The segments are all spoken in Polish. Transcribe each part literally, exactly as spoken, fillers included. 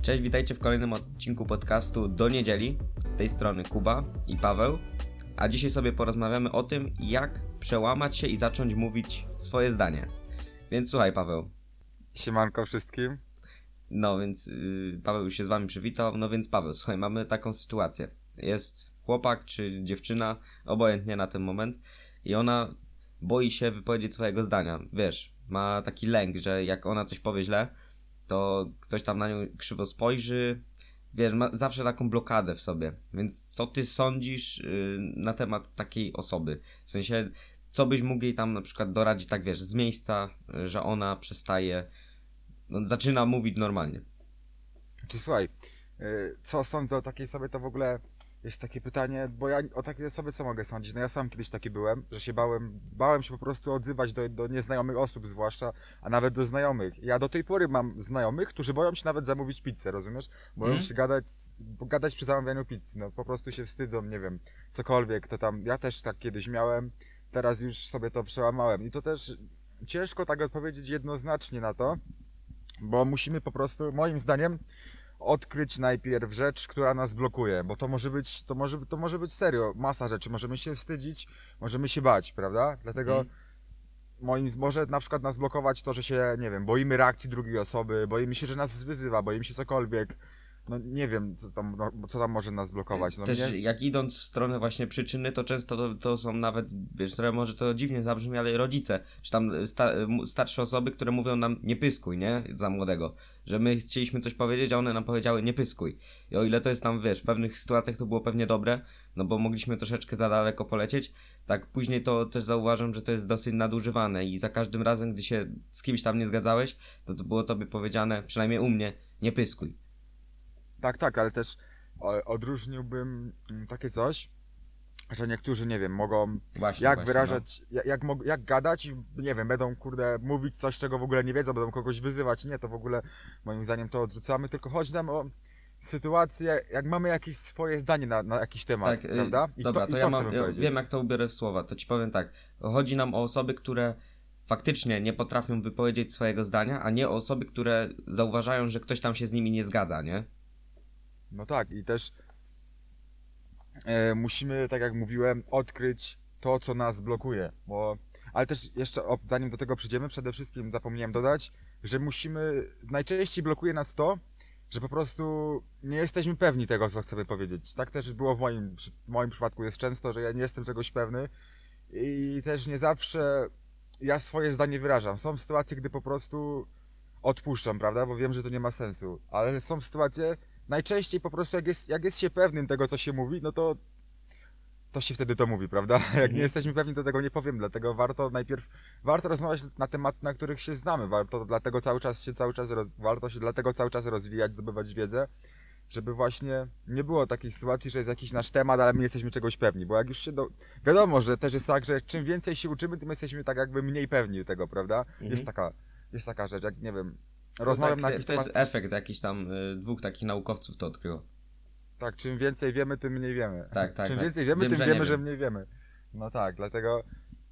Cześć, witajcie w kolejnym odcinku podcastu Do Niedzieli. Z tej strony Kuba i Paweł. A dzisiaj sobie porozmawiamy o tym, jak przełamać się i zacząć mówić swoje zdanie. Więc słuchaj, Paweł. Siemanko wszystkim. No więc yy, Paweł już się z wami przywitał. No więc Paweł, słuchaj, mamy taką sytuację. Jest chłopak czy dziewczyna, obojętnie na ten moment, i ona boi się wypowiedzieć swojego zdania. Wiesz, ma taki lęk, że jak ona coś powie źle, to ktoś tam na nią krzywo spojrzy. Wiesz, ma zawsze taką blokadę w sobie. Więc co ty sądzisz yy, na temat takiej osoby? W sensie, co byś mógł jej tam na przykład doradzić, tak wiesz, z miejsca, yy, że ona przestaje, no, zaczyna mówić normalnie. Czy słuchaj, yy, co sądzę o takiej sobie, to w ogóle jest takie pytanie, bo ja o takiej osobie co mogę sądzić? No ja sam kiedyś taki byłem, że się bałem, bałem się po prostu odzywać do, do nieznajomych osób zwłaszcza, a nawet do znajomych. Ja do tej pory mam znajomych, którzy boją się nawet zamówić pizzę, rozumiesz? Boją Mm. się gadać, gadać przy zamawianiu pizzy, no po prostu się wstydzą, nie wiem, cokolwiek, to tam, ja też tak kiedyś miałem, teraz już sobie to przełamałem i to też ciężko tak odpowiedzieć jednoznacznie na to, bo musimy po prostu, moim zdaniem, odkryć najpierw rzecz, która nas blokuje, bo to może być, to może, to może być serio, masa rzeczy, możemy się wstydzić, możemy się bać, prawda? Dlatego Mhm. moim, może na przykład nas blokować to, że się, nie wiem, boimy reakcji drugiej osoby, boimy się, że nas wyzywa, boimy się cokolwiek, no nie wiem, co tam, no, co tam może nas blokować. No, Też mnie... jak idąc w stronę właśnie przyczyny, to często to, to są nawet, wiesz, trochę może to dziwnie zabrzmi, ale rodzice, czy tam sta, starsze osoby, które mówią nam nie pyskuj, nie? Za młodego. Że my chcieliśmy coś powiedzieć, a one nam powiedziały nie pyskuj. I o ile to jest tam, wiesz, w pewnych sytuacjach to było pewnie dobre, no bo mogliśmy troszeczkę za daleko polecieć, tak później to też zauważam, że to jest dosyć nadużywane i za każdym razem, gdy się z kimś tam nie zgadzałeś, to, to było tobie powiedziane, przynajmniej u mnie, nie pyskuj. Tak, tak, ale też o, odróżniłbym mm, takie coś, że niektórzy, nie wiem, mogą Właśnie, jak właśnie, wyrażać, jak, jak, mog- jak gadać i nie wiem, będą kurde mówić coś, czego w ogóle nie wiedzą, będą kogoś wyzywać. Nie, to w ogóle moim zdaniem to odrzucamy, tylko chodzi nam o sytuację, jak mamy jakieś swoje zdanie na, na jakiś temat, Tak, y, prawda? I dobra, to, to i ja to mam, chcemy ja powiedzieć. wiem jak to ubiorę w słowa, to ci powiem tak. Chodzi nam o osoby, które faktycznie nie potrafią wypowiedzieć swojego zdania, a nie o osoby, które zauważają, że ktoś tam się z nimi nie zgadza, nie? No tak, i też e, musimy, tak jak mówiłem, odkryć to, co nas blokuje, bo... Ale też jeszcze, o, zanim do tego przyjdziemy, przede wszystkim zapomniałem dodać, że musimy, najczęściej blokuje nas to, że po prostu nie jesteśmy pewni tego, co chcemy powiedzieć. Tak też było w moim, przy- w moim przypadku, jest często, że ja nie jestem czegoś pewny i też nie zawsze ja swoje zdanie wyrażam. Są sytuacje, gdy po prostu odpuszczam, prawda, bo wiem, że to nie ma sensu, ale są sytuacje, najczęściej po prostu jak jest, jak jest się pewnym tego, co się mówi, no to to się wtedy to mówi, prawda? Jak Mhm. nie jesteśmy pewni, to tego nie powiem, dlatego warto najpierw, warto rozmawiać na temat, na których się znamy, warto dlatego cały czas się cały czas, roz, warto się dlatego cały czas rozwijać, zdobywać wiedzę, żeby właśnie nie było takiej sytuacji, że jest jakiś nasz temat, ale my nie jesteśmy czegoś pewni, bo jak już się do... Wiadomo, że też jest tak, że czym więcej się uczymy, tym jesteśmy tak jakby mniej pewni tego, prawda? Mhm. Jest taka, jest taka rzecz, jak nie wiem, No rozmawiam tak, na jakiś to jest temat, efekt jakiś tam, y, dwóch takich naukowców to odkryło. tak, czym więcej wiemy, tym mniej wiemy. Tak, tak, Czym tak. więcej wiemy, Wiem, tym że nie wiemy, że wiem. mniej wiemy. No tak, dlatego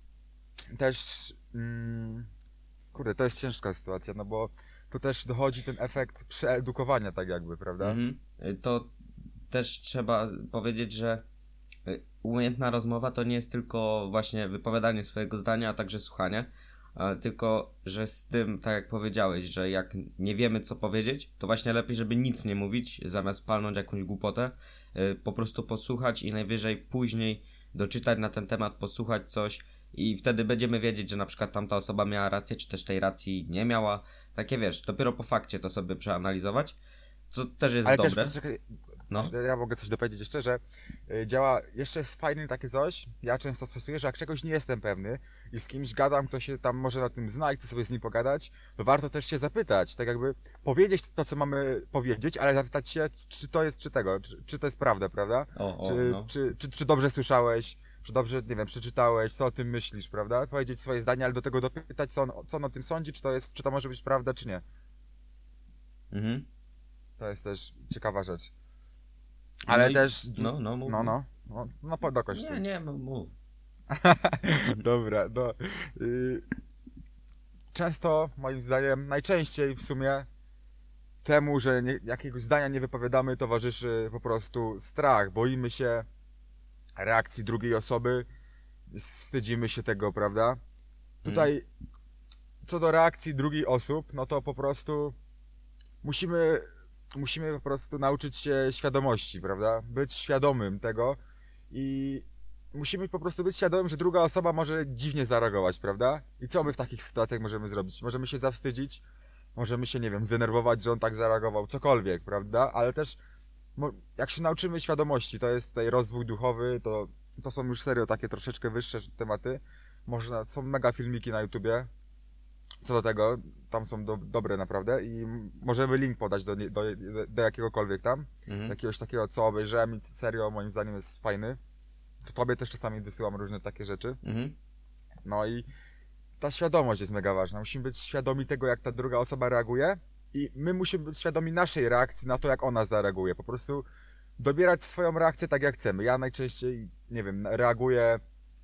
też, mm, kurde, to jest ciężka sytuacja, no bo tu też dochodzi ten efekt przeedukowania, tak jakby, prawda? Mhm. Y, To też trzeba powiedzieć, że y, umiejętna rozmowa to nie jest tylko właśnie wypowiadanie swojego zdania, a także słuchanie, a tylko, że z tym, tak jak powiedziałeś, że jak nie wiemy co powiedzieć, to właśnie lepiej, żeby nic nie mówić, zamiast palnąć jakąś głupotę, y, po prostu posłuchać i najwyżej później doczytać na ten temat, posłuchać coś i wtedy będziemy wiedzieć, że na przykład tamta osoba miała rację, czy też tej racji nie miała. Takie wiesz, dopiero po fakcie to sobie przeanalizować, co też jest Ale dobre. też, poczekaj, No. ja mogę coś dopowiedzieć jeszcze, że y, działa, jeszcze jest fajne takie coś, ja często stosuję, że jak czegoś nie jestem pewny i z kimś gadam, kto się tam może na tym zna i chce sobie z nim pogadać, to warto też się zapytać, tak jakby powiedzieć to, co mamy powiedzieć, ale zapytać się, czy to jest, czy tego, czy, czy to jest prawda, prawda? O, o, Czy, no. czy, czy, czy dobrze słyszałeś, czy dobrze, nie wiem, przeczytałeś, co o tym myślisz, prawda? Powiedzieć swoje zdanie, ale do tego dopytać, co on, co on o tym sądzi, czy to jest, czy to może być prawda, czy nie. Mhm. To jest też ciekawa rzecz. Ale No i- też... No, no, mów. No, no. No, no po- dokończ Nie, ty. nie, mów, mów. Dobra, no. Y, często, moim zdaniem, najczęściej w sumie temu, że nie, jakiegoś zdania nie wypowiadamy, towarzyszy po prostu strach. Boimy się reakcji drugiej osoby, wstydzimy się tego, prawda? Tutaj co do reakcji drugiej osób, no to po prostu musimy, musimy po prostu nauczyć się świadomości, prawda? Być świadomym tego i musimy po prostu być świadomym, że druga osoba może dziwnie zareagować, prawda? I co my w takich sytuacjach możemy zrobić? Możemy się zawstydzić, możemy się, nie wiem, zdenerwować, że on tak zareagował, cokolwiek, prawda? Ale też mo- jak się nauczymy świadomości, to jest tutaj rozwój duchowy, to, to są już serio takie troszeczkę wyższe tematy. Można, są mega filmiki na YouTubie co do tego, tam są do, dobre naprawdę i m- możemy link podać do, nie- do, do jakiegokolwiek tam, Mhm. jakiegoś takiego, co obejrzałem i serio moim zdaniem jest fajny. To tobie też czasami wysyłam różne takie rzeczy. Mhm. No i ta świadomość jest mega ważna. Musimy być świadomi tego, jak ta druga osoba reaguje i my musimy być świadomi naszej reakcji na to, jak ona zareaguje. Po prostu dobierać swoją reakcję tak, jak chcemy. Ja najczęściej, nie wiem, reaguję,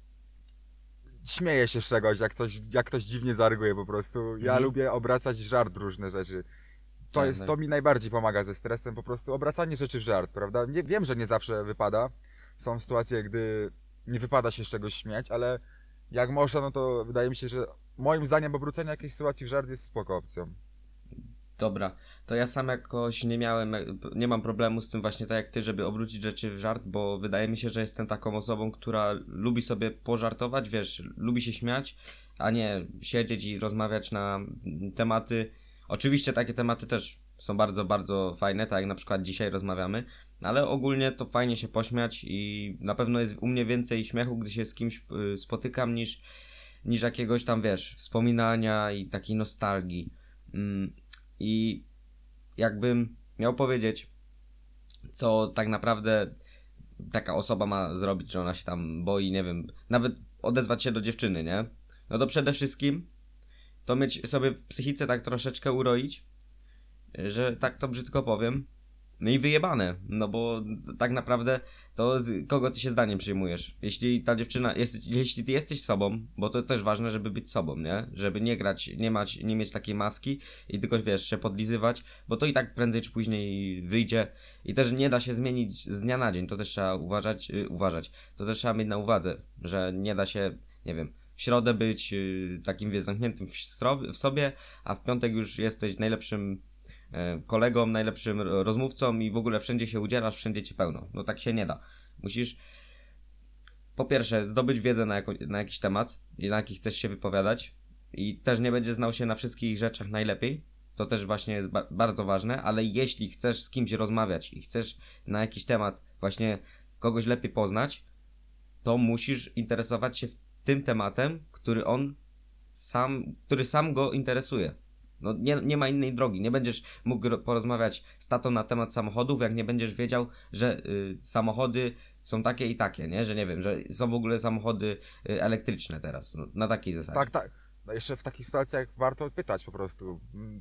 śmieję się z czegoś, jak ktoś, jak ktoś dziwnie zareaguje po prostu. Ja Mhm. lubię obracać w żart różne rzeczy. To Tak, jest, tak. to mi najbardziej pomaga ze stresem, po prostu obracanie rzeczy w żart, prawda? Nie, wiem, że nie zawsze wypada. Są sytuacje, gdy nie wypada się z czegoś śmiać, ale jak można, no to wydaje mi się, że moim zdaniem obrócenie jakiejś sytuacji w żart jest spoko opcją. Dobra, to ja sam jakoś nie miałem, nie mam problemu z tym właśnie tak jak ty, żeby obrócić rzeczy w żart, bo wydaje mi się, że jestem taką osobą, która lubi sobie pożartować, wiesz, lubi się śmiać, a nie siedzieć i rozmawiać na tematy. Oczywiście takie tematy też są bardzo, bardzo fajne, tak jak na przykład dzisiaj rozmawiamy, ale ogólnie to fajnie się pośmiać i na pewno jest u mnie więcej śmiechu, gdy się z kimś y, spotykam, niż, niż jakiegoś tam, wiesz, wspominania i takiej nostalgii. Mm, I jakbym miał powiedzieć, co tak naprawdę taka osoba ma zrobić, że ona się tam boi, nie wiem, nawet odezwać się do dziewczyny, nie? No to przede wszystkim to mieć sobie w psychice tak troszeczkę uroić, że tak to brzydko powiem, no i wyjebane, no bo tak naprawdę to z kogo ty się zdaniem przyjmujesz? Jeśli ta dziewczyna, jest, jeśli ty jesteś sobą, bo to też ważne, żeby być sobą, nie? Żeby nie grać, nie mać, nie mieć takiej maski i tylko, wiesz, się podlizywać, bo to i tak prędzej czy później wyjdzie i też nie da się zmienić z dnia na dzień, to też trzeba uważać, yy, uważać, to też trzeba mieć na uwadze, że nie da się, nie wiem, w środę być yy, takim, wiesz, zamkniętym w, sro- w sobie, a w piątek już jesteś najlepszym kolegą, najlepszym rozmówcą i w ogóle wszędzie się udzielasz, wszędzie ci pełno. No tak się nie da. Musisz po pierwsze zdobyć wiedzę na, jako, na jakiś temat i na jaki chcesz się wypowiadać i też nie będziesz znał się na wszystkich rzeczach najlepiej. To też właśnie jest ba- bardzo ważne, ale jeśli chcesz z kimś rozmawiać i chcesz na jakiś temat właśnie kogoś lepiej poznać, to musisz interesować się tym tematem, który on sam, który sam go interesuje. No nie, nie ma innej drogi. Nie będziesz mógł ro- porozmawiać z tatą na temat samochodów, jak nie będziesz wiedział, że y, samochody są takie i takie, nie? Że nie wiem, że są w ogóle samochody y, elektryczne teraz. No, na takiej zasadzie. Tak, tak. No jeszcze w takich sytuacjach warto pytać po prostu. Mm,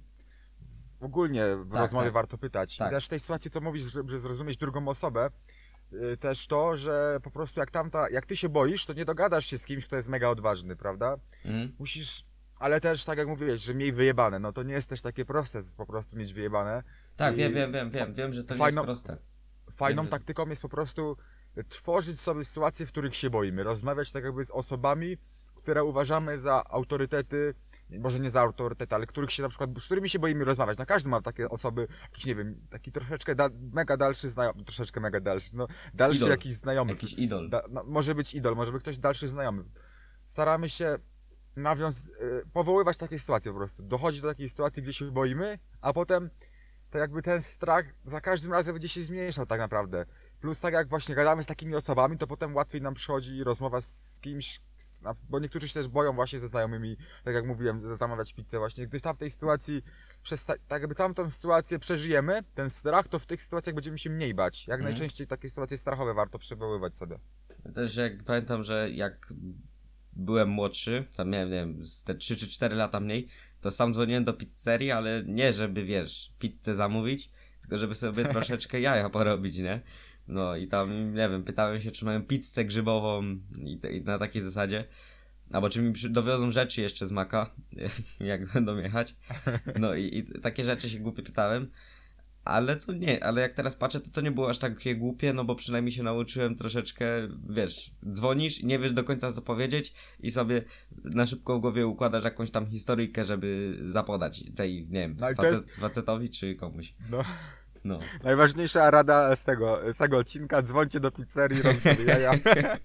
Ogólnie w Tak, rozmowie tak. warto pytać. Tak. I też w tej sytuacji, co mówisz, żeby zrozumieć drugą osobę, y, też to, że po prostu jak tamta, jak ty się boisz, to nie dogadasz się z kimś, kto jest mega odważny, prawda? Mhm. Musisz, ale też tak jak mówiłeś, że miej wyjebane, no to nie jest też takie proste po prostu mieć wyjebane. Tak, I wiem, wiem, wiem, wiem, wiem, że to nie jest fajną- proste. Fajną Wiem, że- taktyką jest po prostu tworzyć sobie sytuacje, w których się boimy, rozmawiać tak jakby z osobami, które uważamy za autorytety, może nie za autorytety, ale których się na przykład, z którymi się boimy rozmawiać. Na każdy ma takie osoby, jakiś nie wiem, taki troszeczkę da, mega dalszy znajomy, troszeczkę mega dalszy, no dalszy Idol. jakiś znajomy. Jakiś idol. Da, no, może być idol, może być ktoś dalszy znajomy. Staramy się nawiąz... y, powoływać takie sytuacje po prostu. Dochodzi do takiej sytuacji, gdzie się boimy, a potem to jakby ten strach za każdym razem będzie się zmniejszał tak naprawdę. Plus tak jak właśnie gadamy z takimi osobami, to potem łatwiej nam przychodzi rozmowa z kimś, z- na- bo niektórzy się też boją właśnie ze znajomymi, tak jak mówiłem, zamawiać pizzę właśnie. Gdy w tamtej sytuacji, przez ta, tak jakby tamtą sytuację przeżyjemy, ten strach, to w tych sytuacjach będziemy się mniej bać. Jak Mhm. najczęściej takie sytuacje strachowe warto przywoływać sobie. Też jak pamiętam, że jak byłem młodszy, tam miałem, nie wiem, z te trzy czy cztery lata mniej, to sam dzwoniłem do pizzerii, ale nie żeby, wiesz, pizzę zamówić, tylko żeby sobie troszeczkę jaja porobić, nie? No i tam, nie wiem, pytałem się, czy mają pizzę grzybową i, te, i na takiej zasadzie. Albo czy mi przy, dowiozą rzeczy jeszcze z Maka, jak będą jechać. No i, i takie rzeczy się głupie pytałem. Ale co nie, ale jak teraz patrzę, to to nie było aż takie głupie, no bo przynajmniej się nauczyłem troszeczkę, wiesz, dzwonisz i nie wiesz do końca co powiedzieć i sobie na szybko w głowie układasz jakąś tam historyjkę, żeby zapodać tej, nie wiem, No i to facet, jest- facetowi czy komuś. No. No. Najważniejsza rada z tego, z tego odcinka, dzwońcie do pizzerii, robić sobie jaja.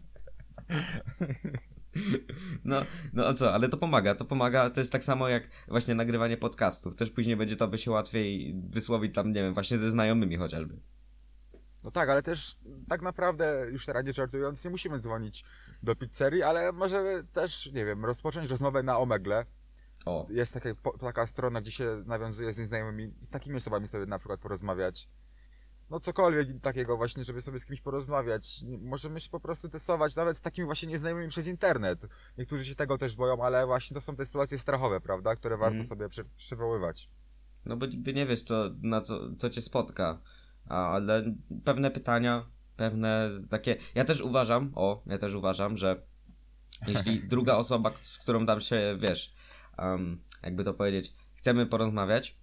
No, no a co, ale to pomaga, to pomaga, to jest tak samo jak właśnie nagrywanie podcastów, też później będzie to by się łatwiej wysłowić tam, nie wiem, właśnie ze znajomymi chociażby. No tak, ale też tak naprawdę, już teraz nie żartując, nie musimy dzwonić do pizzerii, ale możemy też, nie wiem, rozpocząć rozmowę na Omegle. O, Jest taka, po, taka strona, gdzie się nawiązuje z nieznajomymi, z takimi osobami sobie na przykład porozmawiać. No cokolwiek takiego właśnie, żeby sobie z kimś porozmawiać. Nie- Możemy się po prostu testować nawet z takimi właśnie nieznajomymi przez internet. Niektórzy się tego też boją, ale właśnie to są te sytuacje strachowe, prawda, które warto Mhm. sobie przy, przywoływać. no bo nigdy nie wiesz, co, na co, co cię spotka, a, ale pewne pytania, pewne takie, ja też uważam, o, ja też uważam, że jeśli druga osoba, z którą tam się, wiesz, um, jakby to powiedzieć, chcemy porozmawiać,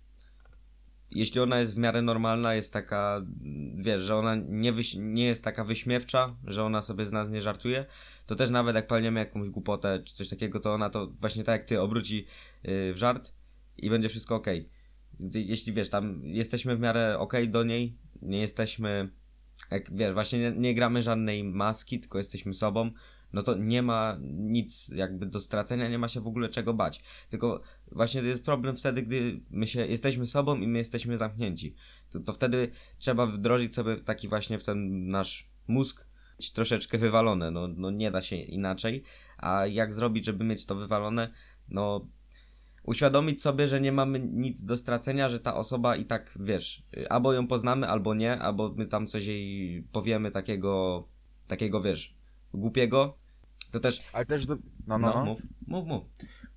jeśli ona jest w miarę normalna, jest taka, wiesz, że ona nie, wyś- nie jest taka wyśmiewcza, że ona sobie z nas nie żartuje, to też nawet jak palniemy jakąś głupotę czy coś takiego, to ona to właśnie tak jak ty obróci yy, w żart i będzie wszystko okej. Więc jeśli wiesz, tam jesteśmy w miarę okej do niej, nie jesteśmy, jak wiesz, właśnie nie, nie gramy żadnej maski, tylko jesteśmy sobą, no to nie ma nic jakby do stracenia, nie ma się w ogóle czego bać. Tylko właśnie to jest problem wtedy, gdy my się jesteśmy sobą i my jesteśmy zamknięci. To, to wtedy trzeba wdrożyć sobie taki właśnie w ten nasz mózg troszeczkę wywalone, no, no nie da się inaczej. A jak zrobić, żeby mieć to wywalone? No uświadomić sobie, że nie mamy nic do stracenia, że ta osoba i tak, wiesz, albo ją poznamy, albo nie, albo my tam coś jej powiemy takiego, takiego, wiesz, głupiego, to też, Ale też, do... no, no, no, no. mów, mów, mów.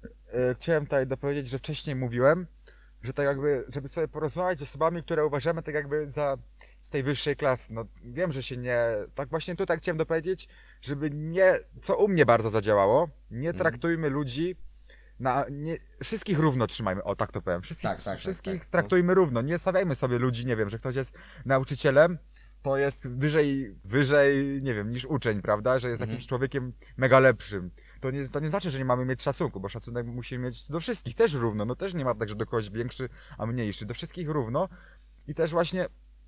E, Chciałem tutaj dopowiedzieć, że wcześniej mówiłem, że tak jakby, żeby sobie porozmawiać z osobami, które uważamy tak jakby za z tej wyższej klasy. No wiem, że się nie... Tak właśnie tutaj chciałem dopowiedzieć, żeby nie... Co u mnie bardzo zadziałało, nie Mhm. traktujmy ludzi na... Nie, wszystkich równo trzymajmy, o tak to powiem. Wszystkich, Tak, tak, tak, wszystkich tak, no. traktujmy równo. Nie stawiajmy sobie ludzi, nie wiem, że ktoś jest nauczycielem, to jest wyżej, wyżej, nie wiem, niż uczeń, prawda? Że jest Mhm. jakimś człowiekiem mega lepszym. To nie, to nie znaczy, że nie mamy mieć szacunku, bo szacunek musimy mieć do wszystkich też równo. No też nie ma tak, że do kogoś większy, a mniejszy. Do wszystkich równo. I też właśnie,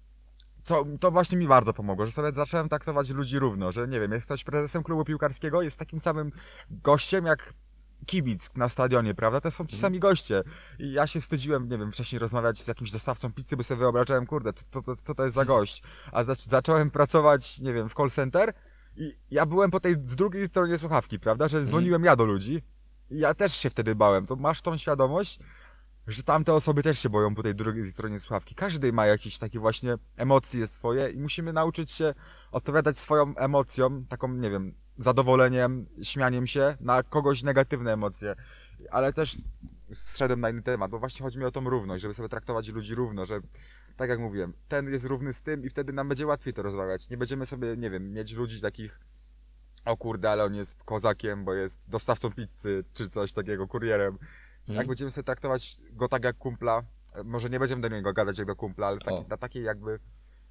co, to właśnie mi bardzo pomogło, że sobie zacząłem traktować ludzi równo, że nie wiem, jest ktoś prezesem klubu piłkarskiego, jest takim samym gościem jak kibic na stadionie, prawda? To są ci Mhm. sami goście. I ja się wstydziłem, nie wiem, wcześniej rozmawiać z jakimś dostawcą pizzy, bo sobie wyobrażałem, kurde, co to, to, co to jest za gość. A zac zacząłem pracować, nie wiem, w call center i ja byłem po tej drugiej stronie słuchawki, prawda? Że dzwoniłem ja do ludzi i ja też się wtedy bałem. To masz tą świadomość, że tamte osoby też się boją po tej drugiej stronie słuchawki. Każdy ma jakieś takie właśnie emocje swoje i musimy nauczyć się odpowiadać swoją emocją, taką, nie wiem, zadowoleniem, śmianiem się na kogoś negatywne emocje. Ale też zszedłem na inny temat, bo właśnie chodzi mi o tą równość, żeby sobie traktować ludzi równo, że tak jak mówiłem, ten jest równy z tym i wtedy nam będzie łatwiej to rozmawiać. Nie będziemy sobie, nie wiem, mieć ludzi takich, o kurde, ale on jest kozakiem, bo jest dostawcą pizzy, czy coś takiego, kurierem. Mhm. Jak będziemy sobie traktować go tak jak kumpla, może nie będziemy do niego gadać jak do kumpla, ale tak, O. na takiej jakby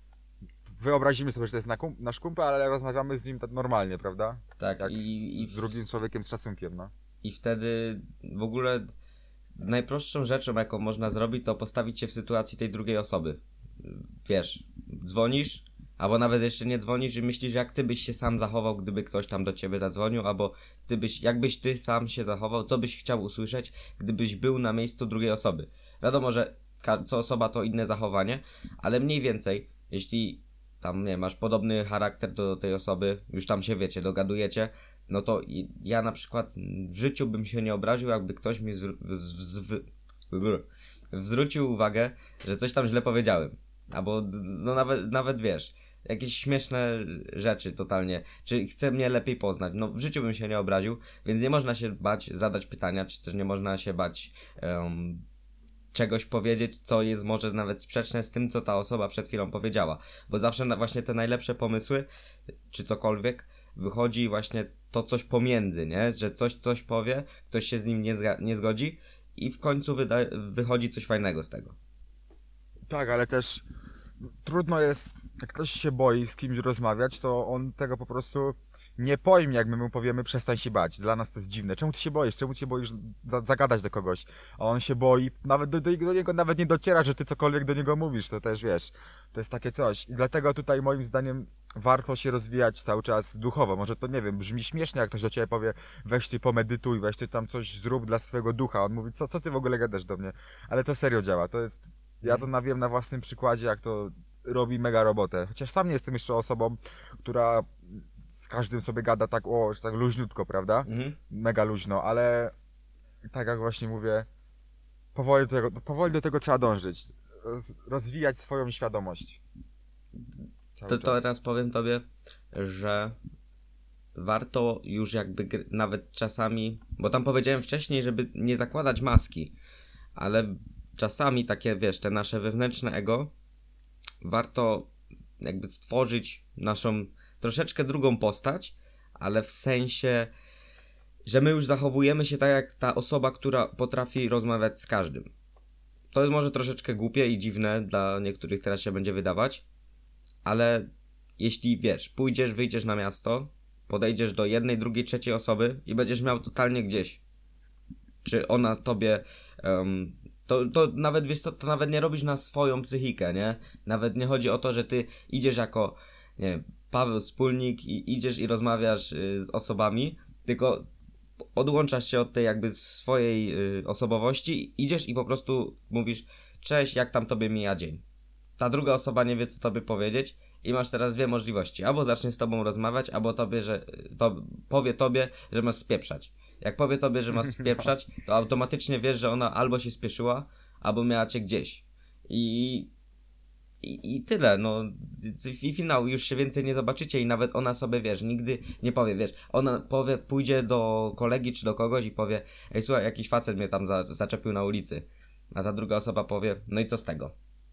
wyobrazimy sobie, że to jest na kum, nasz kumpel, ale rozmawiamy z nim tak normalnie, prawda? Tak, Jak i, i, z drugim człowiekiem z szacunkiem, no. i wtedy w ogóle najprostszą rzeczą, jaką można zrobić, to postawić się w sytuacji tej drugiej osoby. Wiesz, dzwonisz, albo nawet jeszcze nie dzwonisz i myślisz, jak ty byś się sam zachował, gdyby ktoś tam do ciebie zadzwonił, albo ty byś, jakbyś ty sam się zachował, co byś chciał usłyszeć, gdybyś był na miejscu drugiej osoby. Wiadomo, że ka- co osoba to inne zachowanie, ale mniej więcej, jeśli tam, nie masz podobny charakter do tej osoby, już tam się, wiecie, dogadujecie, no to i- ja na przykład w życiu bym się nie obraził, jakby ktoś mi zwr- w- w- w- zwrócił uwagę, że coś tam źle powiedziałem. Albo d- no nawet, nawet wiesz, jakieś śmieszne rzeczy totalnie. Czy chce mnie lepiej poznać? No w życiu bym się nie obraził, więc nie można się bać zadać pytania, czy też nie można się bać em, czegoś powiedzieć, co jest może nawet sprzeczne z tym, co ta osoba przed chwilą powiedziała. Bo zawsze na właśnie te najlepsze pomysły, czy cokolwiek, wychodzi właśnie to coś pomiędzy, nie? Że coś coś powie, ktoś się z nim nie, zga- nie zgodzi i w końcu wyda- wychodzi coś fajnego z tego. Tak, ale też trudno jest, jak ktoś się boi z kimś rozmawiać, to on tego po prostu nie pojmie, jak my mu powiemy przestań się bać. Dla nas to jest dziwne. Czemu ty się boisz? Czemu ty się boisz za zagadać do kogoś? A on się boi, nawet do, do, do niego nawet nie dociera, że ty cokolwiek do niego mówisz, to też wiesz, to jest takie coś. I dlatego tutaj moim zdaniem warto się rozwijać cały czas duchowo. Może to, nie wiem, brzmi śmiesznie, jak ktoś do ciebie powie weź ty pomedytuj, weź ty tam coś zrób dla swojego ducha. On mówi, co, co ty w ogóle gadasz do mnie? Ale to serio działa, to jest, ja to na wiem na własnym przykładzie, jak to robi mega robotę. Chociaż sam nie jestem jeszcze osobą, która z każdym sobie gada tak, o, że tak luźniutko, prawda? Mhm. Mega luźno, ale tak jak właśnie mówię, powoli do tego, powoli do tego trzeba dążyć. Roz- Rozwijać swoją świadomość. Cały To, to czas. teraz powiem tobie, że warto już jakby gr- nawet czasami, bo tam powiedziałem wcześniej, żeby nie zakładać maski, ale czasami takie, wiesz, te nasze wewnętrzne ego, warto jakby stworzyć naszą troszeczkę drugą postać, ale w sensie, że my już zachowujemy się tak jak ta osoba, która potrafi rozmawiać z każdym. To jest może troszeczkę głupie i dziwne, dla niektórych teraz się będzie wydawać, ale jeśli, wiesz, pójdziesz, wyjdziesz na miasto, podejdziesz do jednej, drugiej, trzeciej osoby i będziesz miał totalnie gdzieś, czy ona z tobie, em, to, to nawet, wiesz co, to nawet nie robisz na swoją psychikę, nie? Nawet nie chodzi o to, że ty idziesz jako, nie wiem, Paweł Wspólnik i idziesz i rozmawiasz y, z osobami, tylko odłączasz się od tej jakby swojej y, osobowości, idziesz i po prostu mówisz, cześć, jak tam tobie mija dzień. Ta druga osoba nie wie, co tobie powiedzieć i masz teraz dwie możliwości. Albo zacznie z tobą rozmawiać, albo tobie, że to powie tobie, że masz spieprzać. Jak powie tobie, że masz spieprzać, to automatycznie wiesz, że ona albo się spieszyła, albo miała cię gdzieś. I, i, i tyle, no. I finał, już się więcej nie zobaczycie i nawet ona sobie, wiesz, nigdy nie powie, wiesz, ona powie, pójdzie do kolegi czy do kogoś i powie, ej, słuchaj, jakiś facet mnie tam za, zaczepił na ulicy. A ta druga osoba powie, no i co z tego?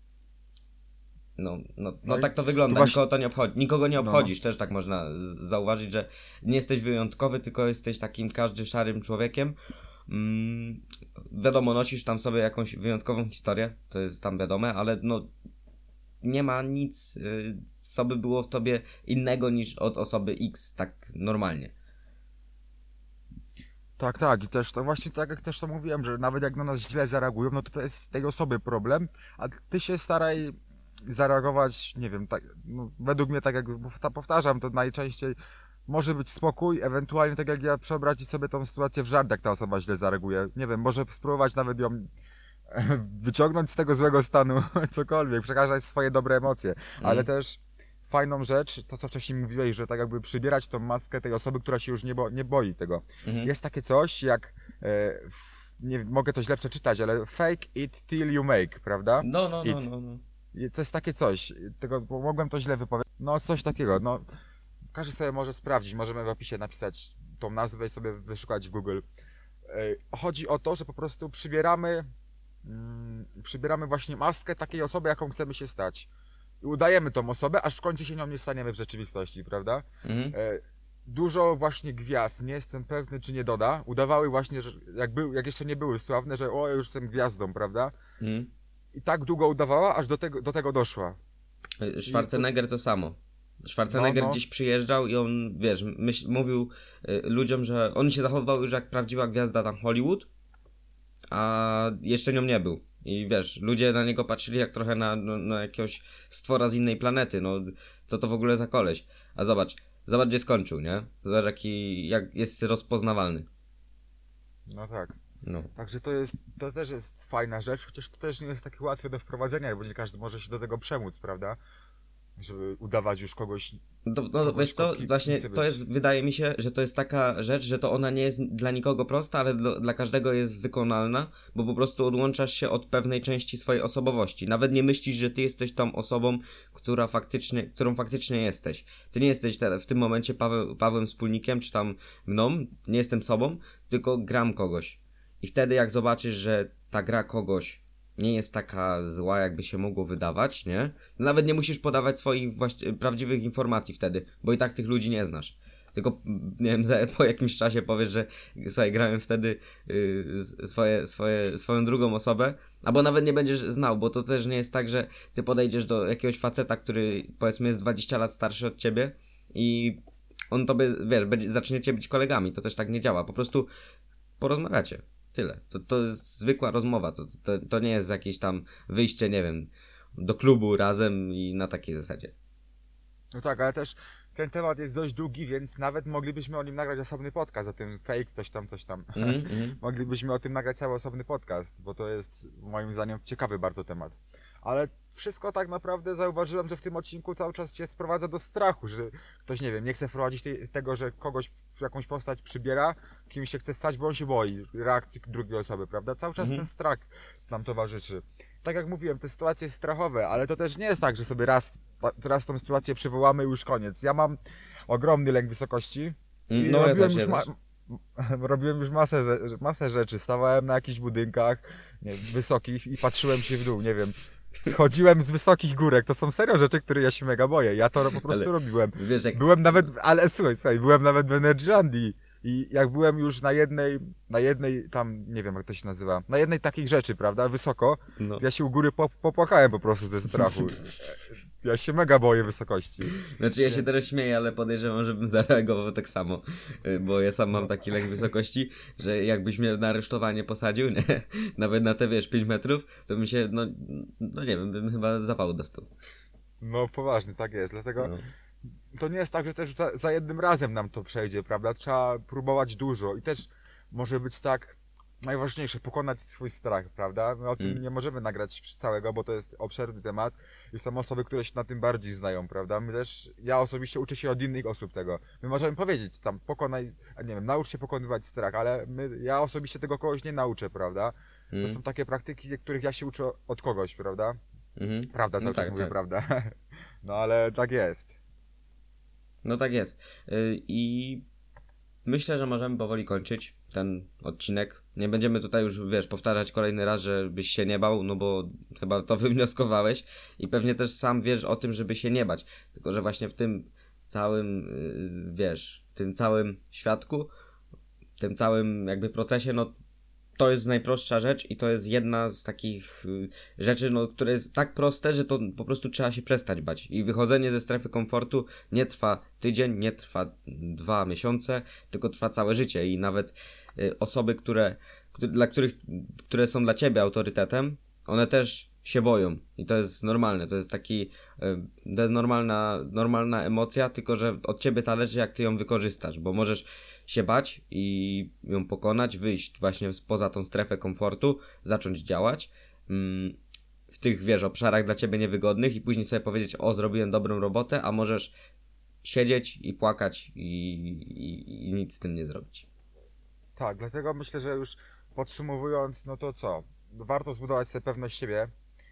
No, no, no, No i tak to wygląda, tu właśnie- nikogo to nie obchodzi. Nikogo nie No. obchodzisz, też tak można z- zauważyć, że nie jesteś wyjątkowy, tylko jesteś takim każdym szarym człowiekiem. Mm, wiadomo, nosisz tam sobie jakąś wyjątkową historię, to jest tam wiadome, ale no nie ma nic, y, co by było w tobie innego niż od osoby X, tak normalnie. Tak, tak. I też to właśnie tak jak też to mówiłem, że nawet jak na nas źle zareagują, no to to jest tej osoby problem, a ty się staraj zareagować, nie wiem, tak, no, według mnie tak jak powta- powtarzam, to najczęściej może być spokój, ewentualnie tak jak ja przeobrazić sobie tą sytuację w żart, jak ta osoba źle zareaguje. Nie wiem, może spróbować nawet ją wyciągnąć z tego złego stanu, cokolwiek, przekazać swoje dobre emocje, ale Mm. też fajną rzecz, to co wcześniej mówiłeś, że tak jakby przybierać tą maskę tej osoby, która się już nie, bo, nie boi tego. Mhm. Jest takie coś jak, e, f- nie mogę to źle przeczytać, ale fake it till you make, prawda? No, no, no, It. no, no. I to jest takie coś, tego, bo mogłem to źle wypowiedzieć, no coś takiego, no każdy sobie może sprawdzić, możemy w opisie napisać tą nazwę i sobie wyszukać w Google. E, Chodzi o to, że po prostu przybieramy, mm, przybieramy właśnie maskę takiej osoby, jaką chcemy się stać. I udajemy tą osobę, aż w końcu się nią nie staniemy w rzeczywistości, prawda? Mhm. E, Dużo właśnie gwiazd, nie jestem pewny czy nie doda, udawały właśnie, że jak, był, jak jeszcze nie były sławne, że o, już jestem gwiazdą, prawda? Mhm. I tak długo udawała, aż do tego, do tego doszła. Y, Schwarzenegger to samo. Schwarzenegger No, no. gdzieś przyjeżdżał i on, wiesz, myśl, mówił y, ludziom, że on się zachowywał już jak prawdziwa gwiazda tam Hollywood, a jeszcze nią nie był. I wiesz, ludzie na niego patrzyli jak trochę na, na, na jakiegoś stwora z innej planety, no co to w ogóle za koleś. A zobacz, zobacz gdzie skończył, nie? Zobacz jaki, jak jest rozpoznawalny. No tak. No. Także to jest, to też jest fajna rzecz, chociaż to też nie jest takie łatwe do wprowadzenia, bo nie każdy może się do tego przemóc, prawda? Żeby udawać już kogoś. No, no Kogoś wiesz co, koki- właśnie chce to być. jest, wydaje mi się, że to jest taka rzecz, że to ona nie jest dla nikogo prosta, ale dla, dla każdego jest wykonalna, bo po prostu odłączasz się od pewnej części swojej osobowości. Nawet nie myślisz, że ty jesteś tą osobą, która faktycznie, którą faktycznie jesteś. Ty nie jesteś teraz w tym momencie Paweł, Pawłem Wspólnikiem, czy tam mną, nie jestem sobą, tylko gram kogoś. I wtedy jak zobaczysz, że ta gra kogoś nie jest taka zła, jakby się mogło wydawać, nie? Nawet nie musisz podawać swoich właści- prawdziwych informacji wtedy, bo i tak tych ludzi nie znasz. tylko nie wiem, za, po jakimś czasie powiesz, że sobie grałem wtedy yy, swoje, swoje, swoją drugą osobę, albo nawet nie będziesz znał, bo to też nie jest tak, że ty podejdziesz do jakiegoś faceta, który powiedzmy jest dwadzieścia lat starszy od ciebie i on tobie, wiesz, będzie, zaczniecie być kolegami, to też tak nie działa, po prostu porozmawiacie, tyle, to, to jest zwykła rozmowa, to, to, to nie jest jakieś tam wyjście, nie wiem, do klubu razem i na takiej zasadzie. No tak, ale też ten temat jest dość długi, więc nawet moglibyśmy o nim nagrać osobny podcast, o tym fake, coś tam, coś tam. Mm, mm. Moglibyśmy o tym nagrać cały osobny podcast, bo to jest moim zdaniem ciekawy bardzo temat. Ale wszystko tak naprawdę zauważyłem, że w tym odcinku cały czas się sprowadza do strachu, że ktoś, nie wiem, nie chce wprowadzić tej, tego, że kogoś w jakąś postać przybiera, kim się chce stać, bo on się boi reakcji drugiej osoby, prawda? Cały czas Mhm. ten strach nam towarzyszy. Tak jak mówiłem, te sytuacje strachowe, ale to też nie jest tak, że sobie raz, raz tą sytuację przywołamy i już koniec. Ja mam ogromny lęk wysokości i No ja robiłem, też, już ja ma- też. robiłem już masę, ze- masę rzeczy. Stawałem na jakichś budynkach nie wiem, wysokich i patrzyłem się w dół, nie wiem. Schodziłem z wysokich górek. To są serio rzeczy, które ja się mega boję. Ja to po prostu Ale robiłem. Wiesz, jak... Byłem nawet, ale słuchaj, słuchaj, byłem nawet w Energylandii i jak byłem już na jednej, na jednej tam, nie wiem jak to się nazywa, na jednej takiej rzeczy, prawda, wysoko, No. ja się u góry po, popłakałem po prostu ze strachu. Ja się mega boję wysokości. Znaczy ja się teraz śmieję, ale podejrzewam, żebym zareagował tak samo, y, bo ja sam mam taki lęk wysokości, że jakbyś mnie na aresztowanie posadził, nie? Nawet na te, wiesz, pięć metrów, to mi się, no, no nie wiem, bym chyba zapału dostał. No poważnie, tak jest, dlatego No. to nie jest tak, że też za, za jednym razem nam to przejdzie, prawda? Trzeba próbować dużo i też może być tak, najważniejsze, pokonać swój strach, prawda? My o tym Mm. nie możemy nagrać całego, bo to jest obszerny temat i są osoby, które się na tym bardziej znają, prawda? My też, ja osobiście uczę się od innych osób tego. My możemy powiedzieć tam, pokonaj, a nie wiem, naucz się pokonywać strach, ale my, ja osobiście tego kogoś nie nauczę, prawda? To Mm. są takie praktyki, których ja się uczę od kogoś, prawda? Mhm. Prawda, cały No czas tak, mówię tak. prawda. No ale tak jest. No tak jest. Y, I myślę, że możemy powoli kończyć ten odcinek. Nie będziemy tutaj już, wiesz, powtarzać kolejny raz, żebyś się nie bał, no bo chyba to wywnioskowałeś i pewnie też sam wiesz o tym, żeby się nie bać. Tylko że właśnie w tym całym, y, wiesz, tym całym świadku, w tym całym jakby procesie, no to jest najprostsza rzecz i to jest jedna z takich y, rzeczy, no, które jest tak proste, że to po prostu trzeba się przestać bać. I wychodzenie ze strefy komfortu nie trwa tydzień, nie trwa dwa miesiące, tylko trwa całe życie i nawet y, osoby, które, które, dla których, które są dla ciebie autorytetem, one też się boją i to jest normalne, to jest taki, y, to jest normalna, normalna emocja, tylko że od ciebie zależy, jak ty ją wykorzystasz, bo możesz się bać i ją pokonać, wyjść właśnie poza tą strefę komfortu, zacząć działać mm, w tych, wiesz, obszarach dla ciebie niewygodnych i później sobie powiedzieć, o, zrobiłem dobrą robotę, a możesz siedzieć i płakać i, i, i nic z tym nie zrobić. Tak, dlatego myślę, że już podsumowując, no to co? Warto zbudować sobie pewność siebie,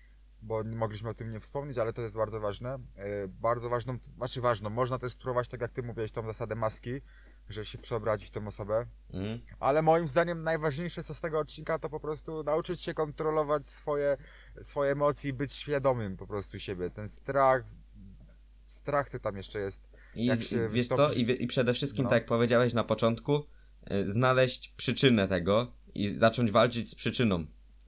bo nie mogliśmy o tym nie wspomnieć, ale to jest bardzo ważne. Yy, bardzo ważną, znaczy ważną, można też spróbować, tak jak ty mówiłeś, tą zasadę maski, że się przeobrazić w tą osobę. Mhm. Ale moim zdaniem najważniejsze co z tego odcinka to po prostu nauczyć się kontrolować swoje, swoje emocje i być świadomym po prostu siebie. Ten strach, strach co tam jeszcze jest. I, Jak z- się i wiesz co, wystąpić- I, wie- i przede wszystkim, No. tak jak powiedziałeś na początku, y, znaleźć przyczynę tego i zacząć walczyć z przyczyną.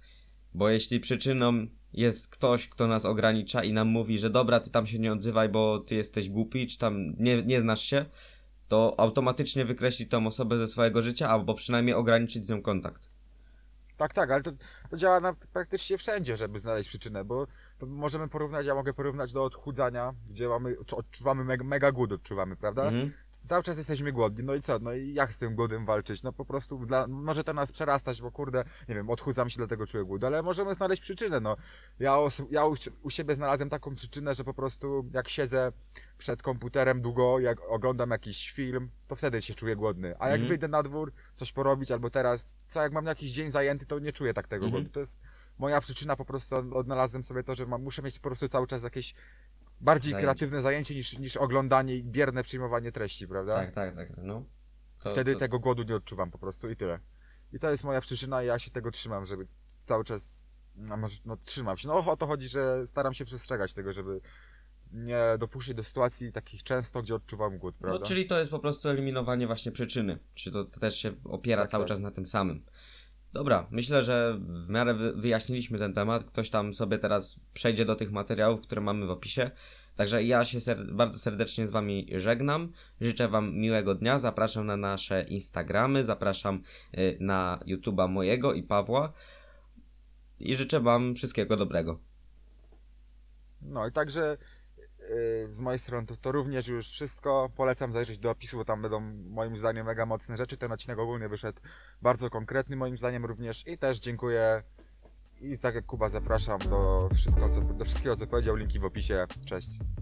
Bo jeśli przyczyną jest ktoś, kto nas ogranicza i nam mówi, że dobra, ty tam się nie odzywaj, bo ty jesteś głupi, czy tam nie, nie znasz się, to automatycznie wykreślić tą osobę ze swojego życia, albo przynajmniej ograniczyć z nią kontakt. Tak, tak, ale to, to działa na praktycznie wszędzie, żeby znaleźć przyczynę, bo to możemy porównać, ja mogę porównać do odchudzania, gdzie mamy, odczuwamy mega, mega głód, odczuwamy, prawda? Mhm. Cały czas jesteśmy głodni, no i co? No i jak z tym głodem walczyć? No po prostu dla, może to nas przerastać, bo kurde, nie wiem, odchudzam się, dlatego czuję głód, ale możemy znaleźć przyczynę, no. Ja, os- ja u, u siebie znalazłem taką przyczynę, że po prostu jak siedzę przed komputerem długo, jak oglądam jakiś film, to wtedy się czuję głodny. A jak Mhm. wyjdę na dwór, coś porobić, albo teraz, co jak mam jakiś dzień zajęty, to nie czuję tak tego Mhm. głodu. To jest moja przyczyna, po prostu odnalazłem sobie to, że mam, muszę mieć po prostu cały czas jakieś bardziej Zajęcie. kreatywne zajęcie niż, niż oglądanie i bierne przyjmowanie treści, prawda? Tak, tak, tak, no. To, Wtedy to, tego głodu nie odczuwam po prostu i tyle. I to jest moja przyczyna i ja się tego trzymam, żeby cały czas, no może, no trzymam się. No o to chodzi, że staram się przestrzegać tego, żeby nie dopuszczać do sytuacji takich często, gdzie odczuwam głód, prawda? No, czyli to jest po prostu eliminowanie właśnie przyczyny. Czy to, to też się opiera Tak, cały tak. czas na tym samym. Dobra, myślę, że w miarę wy, wyjaśniliśmy ten temat. Ktoś tam sobie teraz przejdzie do tych materiałów, które mamy w opisie. Także ja się ser- bardzo serdecznie z Wami żegnam. Życzę Wam miłego dnia. Zapraszam na nasze Instagramy, zapraszam y, na YouTube'a mojego i Pawła. I życzę Wam wszystkiego dobrego. No i także yy, z mojej strony to, to również już wszystko. Polecam zajrzeć do opisu, bo tam będą moim zdaniem mega mocne rzeczy. Ten odcinek ogólnie wyszedł bardzo konkretny moim zdaniem również i też dziękuję. I tak jak Kuba zapraszam do, wszystko, co, do wszystkiego co powiedział, linki w opisie. Cześć.